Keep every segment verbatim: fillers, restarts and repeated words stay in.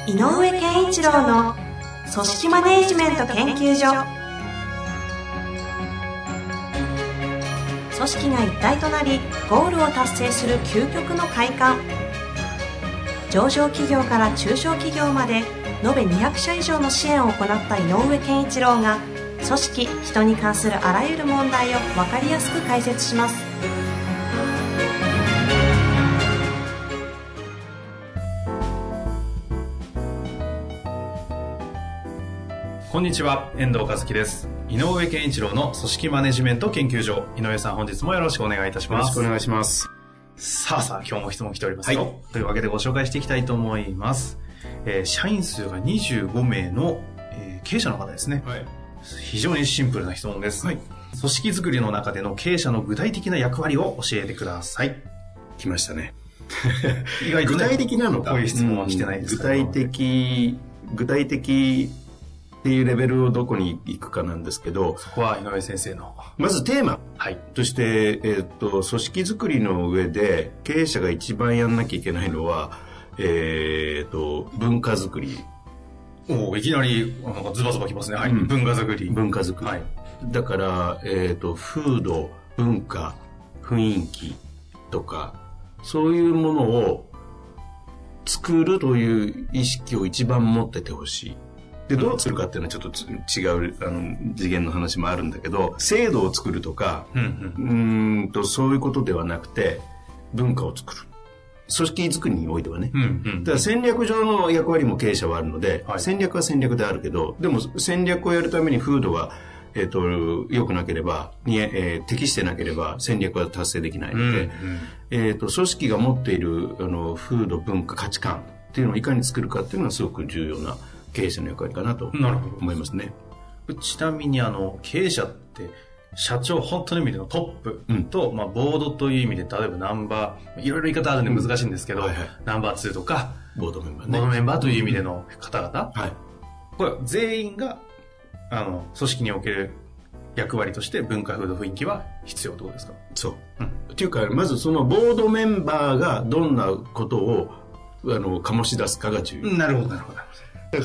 井上健一郎の組織マネジメント研究所。組織が一体となりゴールを達成する究極の快感。上場企業から中小企業まで延べにひゃくしゃ以上の支援を行った井上健一郎が、組織・人に関するあらゆる問題を分かりやすく解説します。 こんにちは、遠藤和樹です。井上健一郎の組織マネジメント研究所。井上さん、本日もよろしくお願いいたします。 よろしくお願いします。 さあさあ、今日も質問来ておりますよ、 はい、 というわけでご紹介していきたいと思います。えー、社員数がにじゅうごめいの、えー、経営者の方ですね、はい、非常にシンプルな質問です、はい、組織づくりの中での経営者の具体的な役割を教えてください。 来ましたね。 意外と、ね、 具体的なのか、 こういう質問はしてないですか、 うん、具体的具体的っていうレベルをどこに行くかなんですけど、 そこは井上先生のまずテーマとして、えー、っと組織づくりの上で経営者が一番やんなきゃいけないのは、えー、っと文化づくり。 おいきなりなんかズバズバきますね、はい、うん、文化づくり文化づくり、はい、だから、えー、っと風土、文化、雰囲気とかそういうものを作るという意識を一番持っててほしい。でどうするかっていうのはちょっと違うあの次元の話もあるんだけど、制度を作るとか、うん、うん、うーんとそういうことではなくて文化を作る。組織づくりにおいてはね、うんうん、だから戦略上の役割も経営者はあるので、はい、戦略は戦略であるけど、でも戦略をやるために風土が、えー、と良くなければに、えー、適してなければ戦略は達成できないので、うんうん、えー、と組織が持っているあの風土、文化、価値観っていうのをいかに作るかっていうのはすごく重要な経営者の役割かなと思いますね。 ちなみにあの経営者って社長本当の意味でのトップと、うん、まあ、ボードという意味で例えばナンバーいろいろ言い方あるんで難しいんですけど、うん、はいはい、ナンバーツーとかボードメンバー、ね、 ボードメンバーという意味での方々、 はい、 これ全員があの組織における役割として文化、風土、雰囲気は必要ってことですか？ そう、うん、っていうかまずそのボードメンバーがどんなことをあの醸し出すかが重要。 なるほどなるほど。 だから、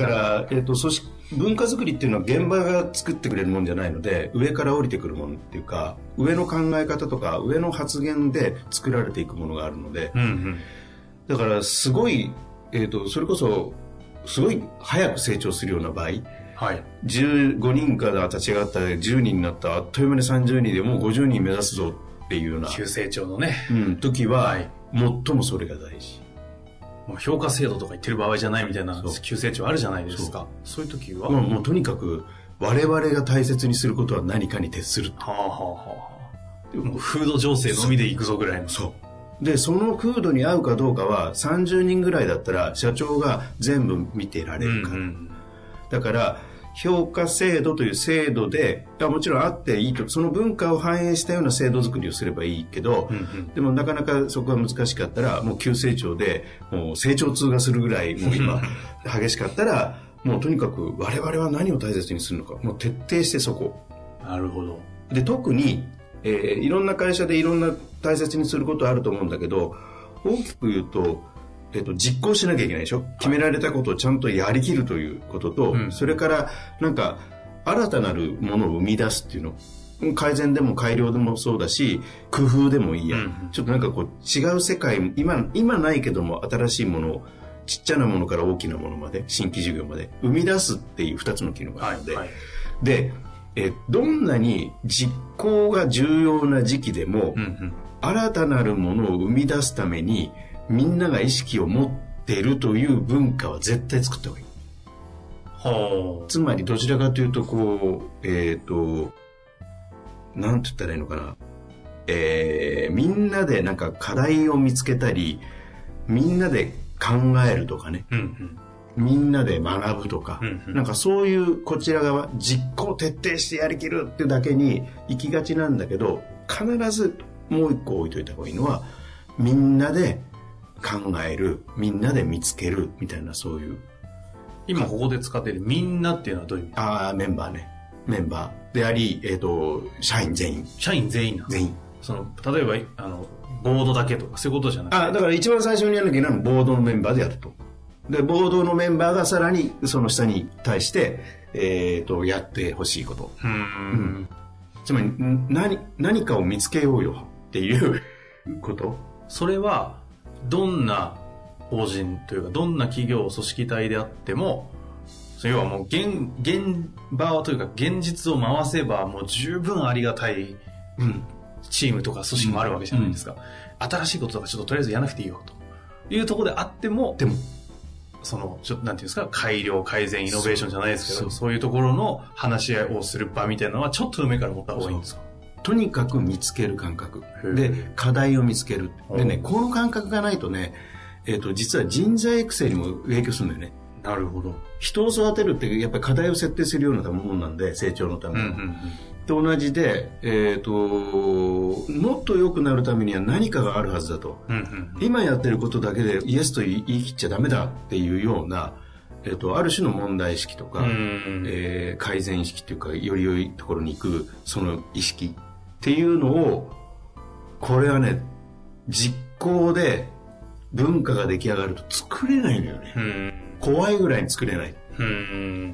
えーと、組織文化づくりっていうのは現場が作ってくれるもんじゃないので、上から降りてくるものっていうか、上の考え方とか上の発言で作られていくものがあるので、うんうん、だからすごい、えーと、それこそすごい早く成長するような場合、はい、じゅうごにんから立ち上がったらじゅうにんになったあっという間にさんじゅうにんでもうごじゅうにん目指すぞっていうような急成長のね、 うん、時は、はい、最もそれが大事。 評価制度とか言ってる場合じゃないみたいな急成長あるじゃないですか。そう、そういう時は、 まあ、もうとにかく我々が大切にすることは何かに徹する。 はあはあはあ。もう風土情勢のみでいくぞぐらいの。 そうでその風土に合うかどうかはさんじゅうにんぐらいだったら社長が全部見てられるから、うんうん、だから評価制度という制度でもちろんあっていいと、その文化を反映したような制度作りをすればいいけど、うんうん、でもなかなかそこが難しかったらもう急成長でもう成長痛がするぐらいもう今激しかったらもうとにかく我々は何を大切にするのかもう徹底してそこ。 なるほど。 で特に、えー、いろんな会社でいろんな大切にすることはあると思うんだけど、大きく言うとえっと、実行しなきゃいけないでしょ、はい、決められたことをちゃんとやりきるということと、うん、それからなんか新たなるものを生み出すっていうの、改善でも改良でもそうだし工夫でもいいや、うん、ちょっとなんかこう違う世界、今、今ないけども新しいものをちっちゃなものから大きなものまで新規事業まで生み出すっていうふたつの機能があるので、はいはい、でえどんなに実行が重要な時期でも、うんうん、新たなるものを生み出すためにみんなが意識を持っているという文化は絶対作った方がいい。はあ、つまりどちらかというとこうえっ、ー、となんて言ったらいいのかな、えー、みんなでなんか課題を見つけたりみんなで考えるとかね、うんうん、みんなで学ぶとか、うんうん、なんかそういうこちら側実行徹底してやりきるっていうだけに行きがちなんだけど、必ずもう一個置いといた方がいいのはみんなで考える、みんなで見つけるみたいな、そういう今ここで使っているみんなっていうのはどういう意味ですか？ ああ、メンバーね、メンバーであり、えーと、社員全員社員全員なんです。 全員。 その例えばあのボードだけとかそういうことじゃなくて、 あだから一番最初にやらなきゃいけないのはボードのメンバーでやると。 でボードのメンバーがさらにその下に対して、えー、とやってほしいこと、うんうん、つまり何何かを見つけようよっていうこと。 それはどんな法人というかどんな企業組織体であっても、それはもう 現, 現場というか現実を回せばもう十分ありがたい、うん、チームとか組織もあるわけじゃないですか、うんうん、新しいこととかちょっととりあえずやらなくていいよというところであっても、でもそのちょなんていうんですか、改良改善イノベーションじゃないですけど、そう、そういうところの話し合いをする場みたいなのはちょっと上から持った方がいいんですか。 とにかく見つける感覚で課題を見つけるでね、この感覚がないとね、えーと、実は人材育成にも影響するんだよね。 なるほど。 人を育てるってやっぱり課題を設定するようなものなんで、成長のために、うんうんうん、と同じで、えーと、もっと良くなるためには何かがあるはずだと、うんうん、今やってることだけでイエスと言い切っちゃダメだっていうような、えーと、ある種の問題意識とか、うんうん、えー、改善意識というかより良いところに行くその意識っていうのを、これはね実行で文化が出来上がると作れないのよね、うん、怖いぐらいに作れない、うん、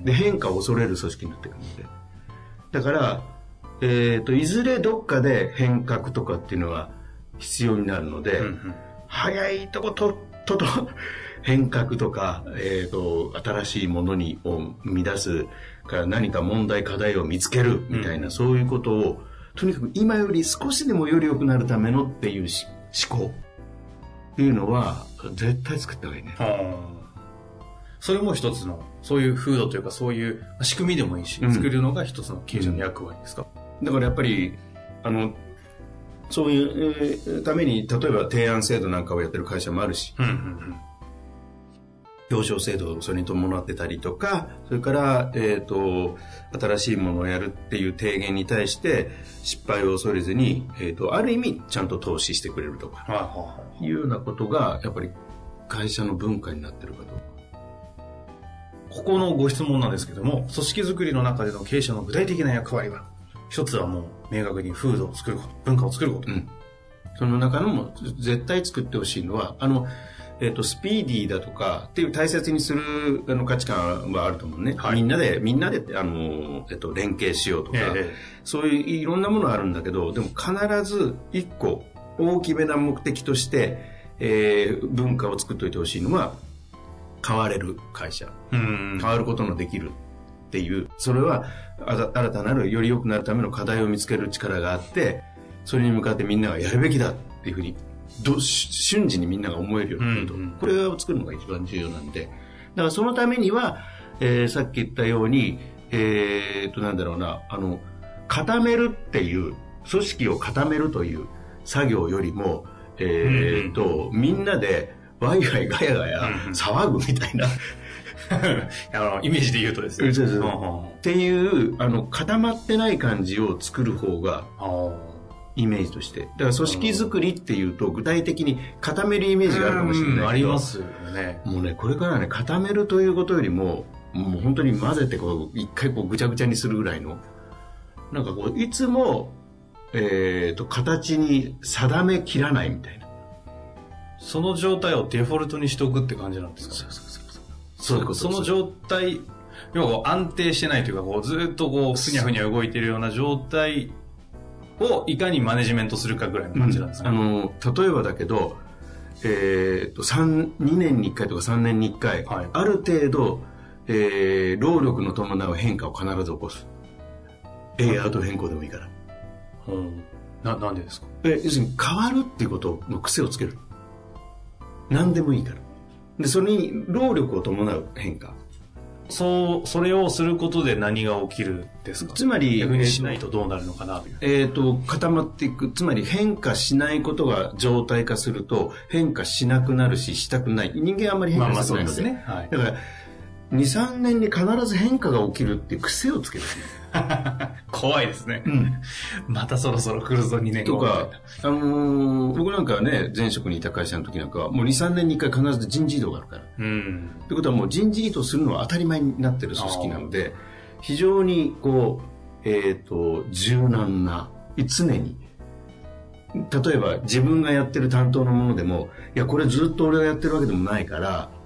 で変化を恐れる組織になってくるので、だから、えーと、いずれどっかで変革とかっていうのは必要になるので、うんうん、早いとこととと変革とか、えーと、新しいものにを生み出すから何か問題課題を見つけるみたいな、うん、そういうことをとにかく今より少しでもより良くなるためのっていう思考っていうのは絶対作った方がいいね。 それも一つのそういう風土というかそういう仕組みでもいいし、うん、作るのが一つの経営者の役割ですか、 うん、だからやっぱりあのそういうために例えば提案制度なんかをやってる会社もあるし、うんうんうん、表彰制度をそれに伴ってたりとか、それから、えーと、新しいものをやるっていう提言に対して失敗を恐れずに、えーと、ある意味ちゃんと投資してくれるとか、はいはい、いうようなことがやっぱり会社の文化になってるかと。 ここのご質問なんですけども、組織づくりの中での経営者の具体的な役割は、一つはもう明確に風土を作ること、文化を作ること、うん、 その中のも絶対作ってほしいのは、あのえーと、スピーディーだとかっていう大切にするあの価値観はあると思うね、はい、みんなでみんなであの、えーと、連携しようとか、えー、そういういろんなものあるんだけど、でも必ず一個大きめな目的として、えー、文化を作っておいてほしいのは変われる会社、うん変わることのできるっていう、それは新たなるより良くなるための課題を見つける力があって、それに向かってみんながやるべきだっていうふうにど瞬時にみんなが思えるようになると、うんうん、これを作るのが一番重要なんで、だからそのためには、えー、さっき言ったように、えー、っとなんだろうな、あの固めるっていう組織を固めるという作業よりも、えー、っと、うんうん、みんなでワイワイガヤガヤ騒ぐみたいな、 あのイメージで言うとですね、 そうそうそうっていうあの固まってない感じを作る方がイメージとして、だから組織づくりっていうと具体的に固めるイメージがあるかもしれないけど、 ありますよね。 もうね、これからね、固めるということよりももう本当に混ぜてこう一回こうぐちゃぐちゃにするぐらいの、なんかこういつも、えー、と形に定めきらないみたいな、 その状態をデフォルトにしておくって感じなんですか。そうそうそうそう、その状態、要は安定してないというか、こうずっとこうふにゃふにゃ動いているような状態をいかにマネジメントするかぐらいの感じなんですか、 うん、あの例えばだけど、えー、とにねんにいっかいとかさんねんにいっかい、はい、ある程度、えー、労力の伴う変化を必ず起こす。レイアウト変更でもいいから、 うん、な, なんでですか。 え要するに変わるっていうことの癖をつける。何でもいいから。でそれに労力を伴う変化、 そうそれをすることで何が起きるんですか。 つまり逆にしないとどうなるのかなという、 えーと固まっていく。つまり変化しないことが常態化すると変化しなくなるし、したくない。人間はあんまり変化しないので、まあまあそうですね、はい、だからにさんねんに必ず変化が起きるっていう癖をつける怖いですね、うん、またそろそろ来るぞにねんごとか、あのー、僕なんかはね、前職にいた会社の時なんかはもうにさんねんにいっかい必ず人事異動があるから、うん、ということはもう人事異動するのは当たり前になってる組織なので、非常にこう、えーと、柔軟な、常に例えば自分がやってる担当のものでも、いやこれずっと俺がやってるわけでもないから、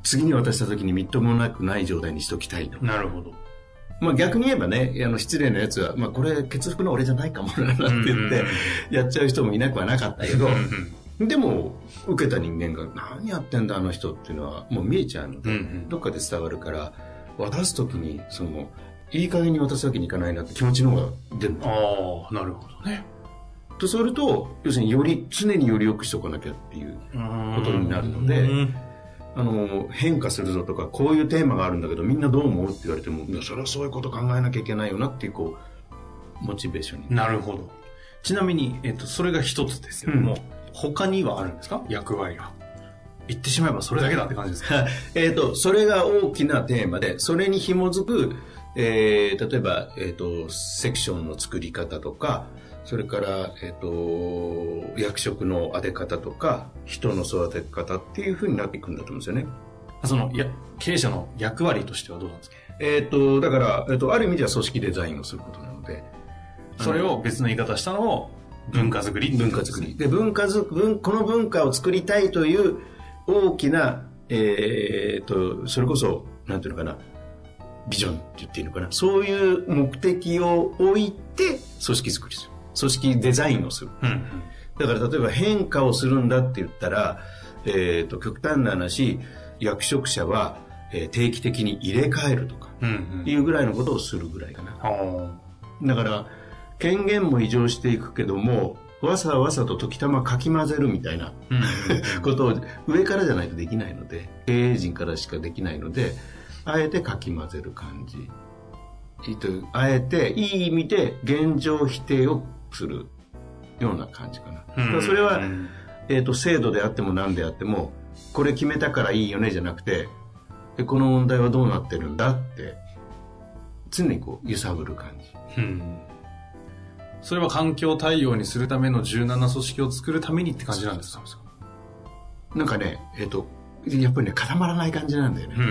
次に渡した時にみっともなくない状態にしときたいと。 なるほど。 まあ逆に言えばね、あの失礼なやつは、まあこれ血服の俺じゃないかもなって言ってやっちゃう人もいなくはなかったけど、でも受けた人間が何やってんだあの人っていうのはもう見えちゃうので、どっかで伝わるから、渡す時にそのいい加減に渡すわけにいかないなって気持ちの方が出る。 ああ、なるほどね。 とすると要するにより常により良くしておかなきゃっていうことになるので、あの変化するぞとかこういうテーマがあるんだけどみんなどう思うって言われても、いやそれはそういうこと考えなきゃいけないよなっていうこうモチベーションに。 なるほど。ちなみに、えっと、それが一つですけども、うん、他にはあるんですか、役割が。言ってしまえばそれだけだって感じですか。 えっとそれが大きなテーマで、それに紐づく、えー、例えば、えーと、セクションの作り方とか、それから、えっと、役職の当て方とか、人の育て方っていう風になっていくんだと思うんですよね。 その、や、経営者の役割としてはどうなんですか？ えっと、だから、えっと、ある意味では組織デザインをすることなので。 それを別の言い方したのを、文化づくり、 文化づくり。で、文化づく、この文化を作りたいという大きな、えー、っと、それこそ、なんていうのかな、ビジョンって言っていいのかな。そういう目的を置いて、組織づくりする。組織デザインをする、うんうん、だから例えば変化をするんだって言ったら、えー、と極端な話、役職者は、えー、定期的に入れ替えるとか、うんうん、いうぐらいのことをするぐらいかな。だから権限も移譲していくけども、わさわさと時たまかき混ぜるみたいな、うんうん、ことを上からじゃないとできないので、経営陣からしかできないので、あえてかき混ぜる感じ、あえていい意味で現状否定をするような感じかな。うん、それは、えーと、制度であっても何であっても、これ決めたからいいよねじゃなくて、でこの問題はどうなってるんだって常にこう揺さぶる感じ、うん、 それは環境対応にするための柔軟な組織を作るためにって感じなんですか？ なんかね、えーと、やっぱりね固まらない感じなんだよね。うん、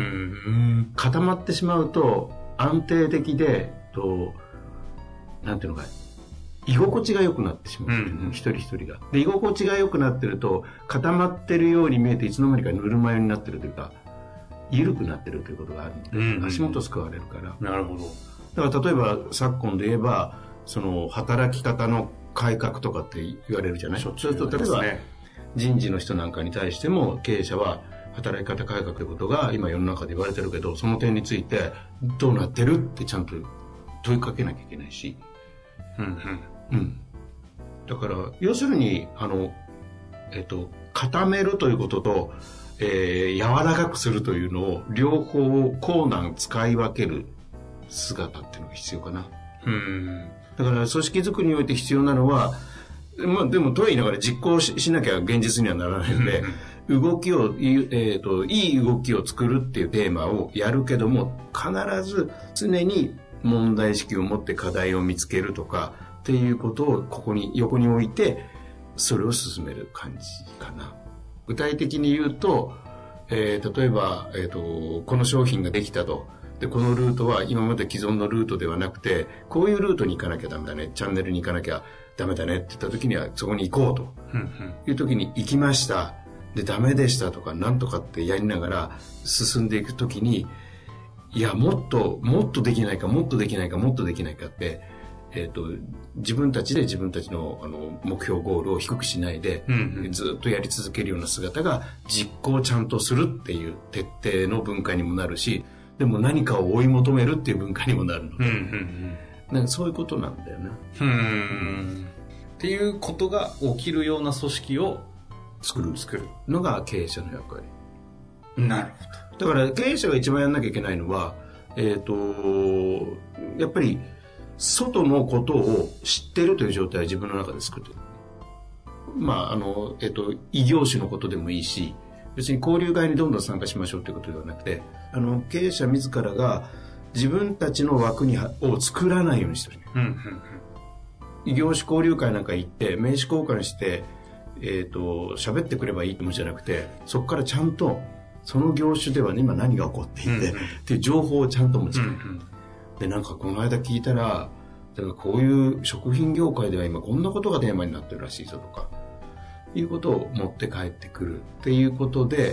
固まってしまうと安定的でとなんていうのか居心地が良くなってしまう、うんうん、一人一人が。で居心地が良くなってると固まってるように見えていつの間にかぬるま湯になってるというか緩くなってるということがあるので、うんうん、足元すくわれるから。 なるほど。 だから例えば昨今で言えばその働き方の改革とかって言われるじゃない。そうすると例えば人事の人なんかに対しても経営者は働き方改革ということが今世の中で言われてるけど、その点についてどうなってるってちゃんと問いかけなきゃいけないし、うんうんうん、だから要するにあの、えっと、固めるということと、えー、柔らかくするというのを両方困難使い分ける姿っていうのが必要かな。うん、だから組織づくりにおいて必要なのは、まあ、でもとは言いながら実行 し, しなきゃ現実にはならないので、うん、動きを、えーと、いい動きを作るっていうテーマをやるけども、必ず常に問題意識を持って課題を見つけるとかっていうことをここに横に置いてそれを進める感じかな。具体的に言うと、えー、例えば、えーと、この商品ができたと。で、このルートは今まで既存のルートではなくて、こういうルートに行かなきゃダメだね、チャンネルに行かなきゃダメだねって言った時にはそこに行こうと、うんうん、いう時に行きました。で、ダメでしたとかなんとかってやりながら進んでいく時に、いや、もっと、もっとできないか、もっとできないか、もっとできないかって、えっと、自分たちで自分たちの、あの、目標ゴールを低くしないで、うんうん、ずっとやり続けるような姿が実行をちゃんとするっていう徹底の文化にもなるし、でも何かを追い求めるっていう文化にもなるので、うんうんうん、なんかそういうことなんだよな。 うん。っていうことが起きるような組織を作る、作るのが経営者の役割。 なるほど。だから経営者が一番やんなきゃいけないのは、えっと、やっぱり外のことを知ってるという状態を自分の中で作ってる。まあ、あの、えっと、異業種のことでもいいし、別に交流会にどんどん参加しましょうということではなくて、あの、経営者自らが自分たちの枠にを作らないようにしてる、ね。うんうんうん、異業種交流会なんか行って名刺交換して、えっと、喋ってくればいいってもんじゃなくて、そこからちゃんとその業種では、ね、今何が起こっていて、うんうん、っていう情報をちゃんと持ち帰る、うんうん、でなんかこの間聞いたら、だからこういう食品業界では今こんなことがテーマになってるらしいぞとかいうことを持って帰ってくるっていうことで、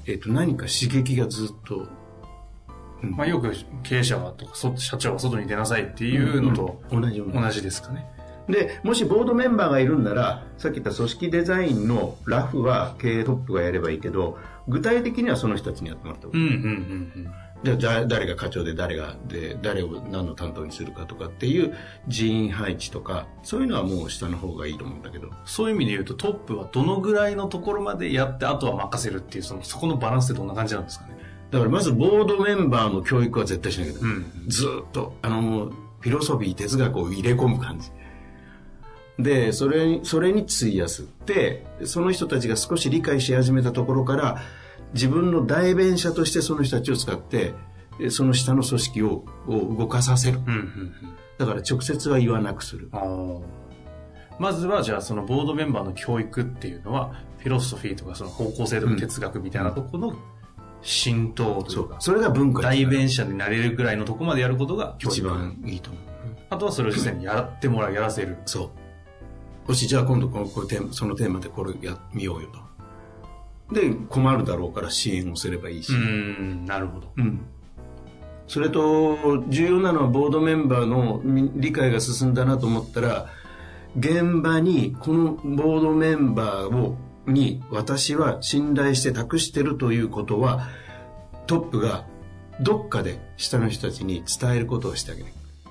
えっと、何か刺激がずっと、 うん、まあ、よく経営者はとか社長は外に出なさいっていうのと同じ、うんうん、同じですかね。 で、もしボードメンバーがいるんなら、さっき言った組織デザインのラフは経営トップがやればいいけど、具体的にはその人たちにやってもらった方がいい。うんうんうんうんじゃあ誰が課長で誰がで誰を何の担当にするかとかっていう人員配置とかそういうのはもう下の方がいいと思うんだけど、 そういう意味で言うとトップはどのぐらいのところまでやってあとは任せるっていうそのそこのバランスってどんな感じなんですかね。 だからまずボードメンバーの教育は絶対しなきゃいけない、うん、ずっとあのもうフィロソフィー哲学を入れ込む感じでそれにそれに費やすでその人たちが少し理解し始めたところから自分の代弁者としてその人たちを使ってその下の組織をを動かさせる、うんうんうん、だから直接は言わなくする。 あまずはじゃあそのボードメンバーの教育っていうのはフィロソフィーとかその方向性とか哲学みたいなところの浸透というか、 うん、それが文化代弁者になれるぐらいのところまでやることが教育一番いいと思う。 あとはそれを実際にやってもらうやらせる。 そうもしじゃあ今度このこうテーマそのテーマでこれや見ようよとで困るだろうから支援をすればいいし。うーんなるほど、 うん、それと重要なのはボードメンバーの理解が進んだなと思ったら現場にこのボードメンバーをに私は信頼して託してるということはトップがどっかで下の人たちに伝えることをしてあげる。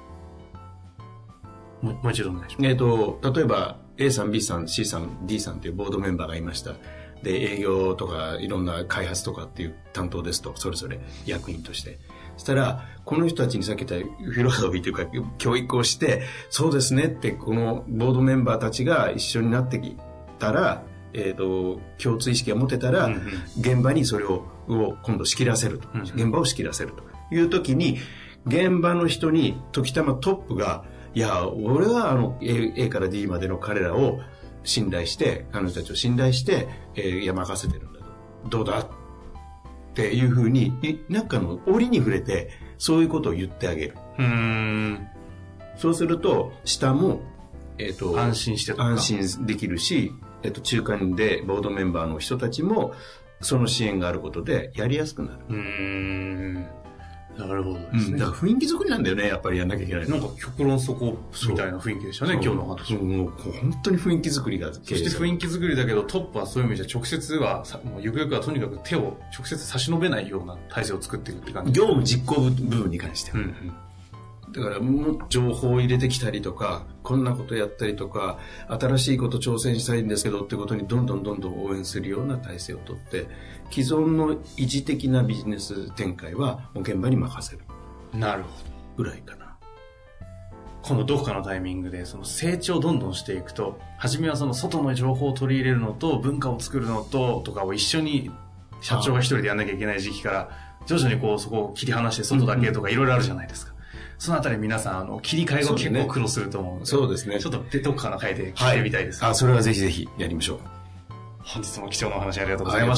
ももう一度お願いします。 えーと、例えば A さん B さん C さん D さんというボードメンバーがいました。で営業とかいろんな開発とかっていう担当ですとそれぞれ役員としてそしたらこの人たちにさっき言ったフィロソフィーというか教育をしてそうですねってこのボードメンバーたちが一緒になってきたら、えーと、共通意識が持てたら、うんうん、現場にそれをを今度仕切らせると、うんうん、現場を仕切らせるという時に現場の人に時たまトップがいや俺はあの A, A から D までの彼らを信頼して彼女たちを信頼して、えー、いや任せてるんだとどうだっていうふうになんかの折に触れてそういうことを言ってあげる。うーんそうすると下も、えー、と安心してとか安心できるし、えー、と中間でボードメンバーの人たちもその支援があることでやりやすくなる。うーんなるほどですね、うん、 だから雰囲気作りなんだよねやっぱりやんなきゃいけない。 なんか極論そこみたいな雰囲気でしたね今日の話。 もう本当に雰囲気作りが。そして雰囲気作りだけどトップはそういう意味じゃ直接はもうゆくゆくはとにかく手を直接差し伸べないような体制を作っていくって感じ。 業務実行部分に関しては、うんうんだからもう情報を入れてきたりとかこんなことやったりとか新しいこと挑戦したいんですけどってことにどんどんどんどん応援するような体制をとって既存の維持的なビジネス展開はもう現場に任せる。 なるほどぐらいかな。 今度どこかのタイミングでその成長をどんどんしていくと初めはその外の情報を取り入れるのと文化を作るのととかを一緒に社長が一人でやんなきゃいけない時期から徐々にこうそこを切り離して外だけとかいろいろあるじゃないですか、うんそのあたり皆さんあの切り替えが結構苦労すると思うのでそうですね。 ちょっとどっかの回で聞いてみたいです、 はい、あそれはぜひぜひやりましょう。 本日も貴重なお話ありがとうございました。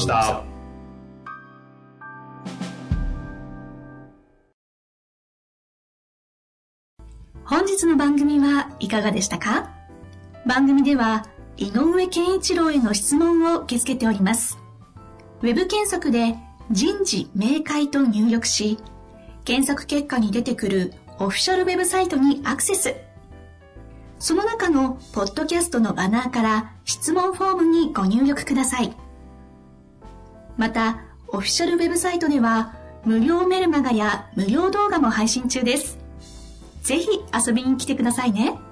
本日の番組はいかがでしたか？番組では井上健一郎への質問を受け付けております。ウェブ検索で人事明快と入力し検索結果に出てくるオフィシャルウェブサイトにアクセス。その中のポッドキャストのバナーから質問フォームにご入力ください。また、オフィシャルウェブサイトでは無料メルマガや無料動画も配信中です。ぜひ遊びに来てくださいね。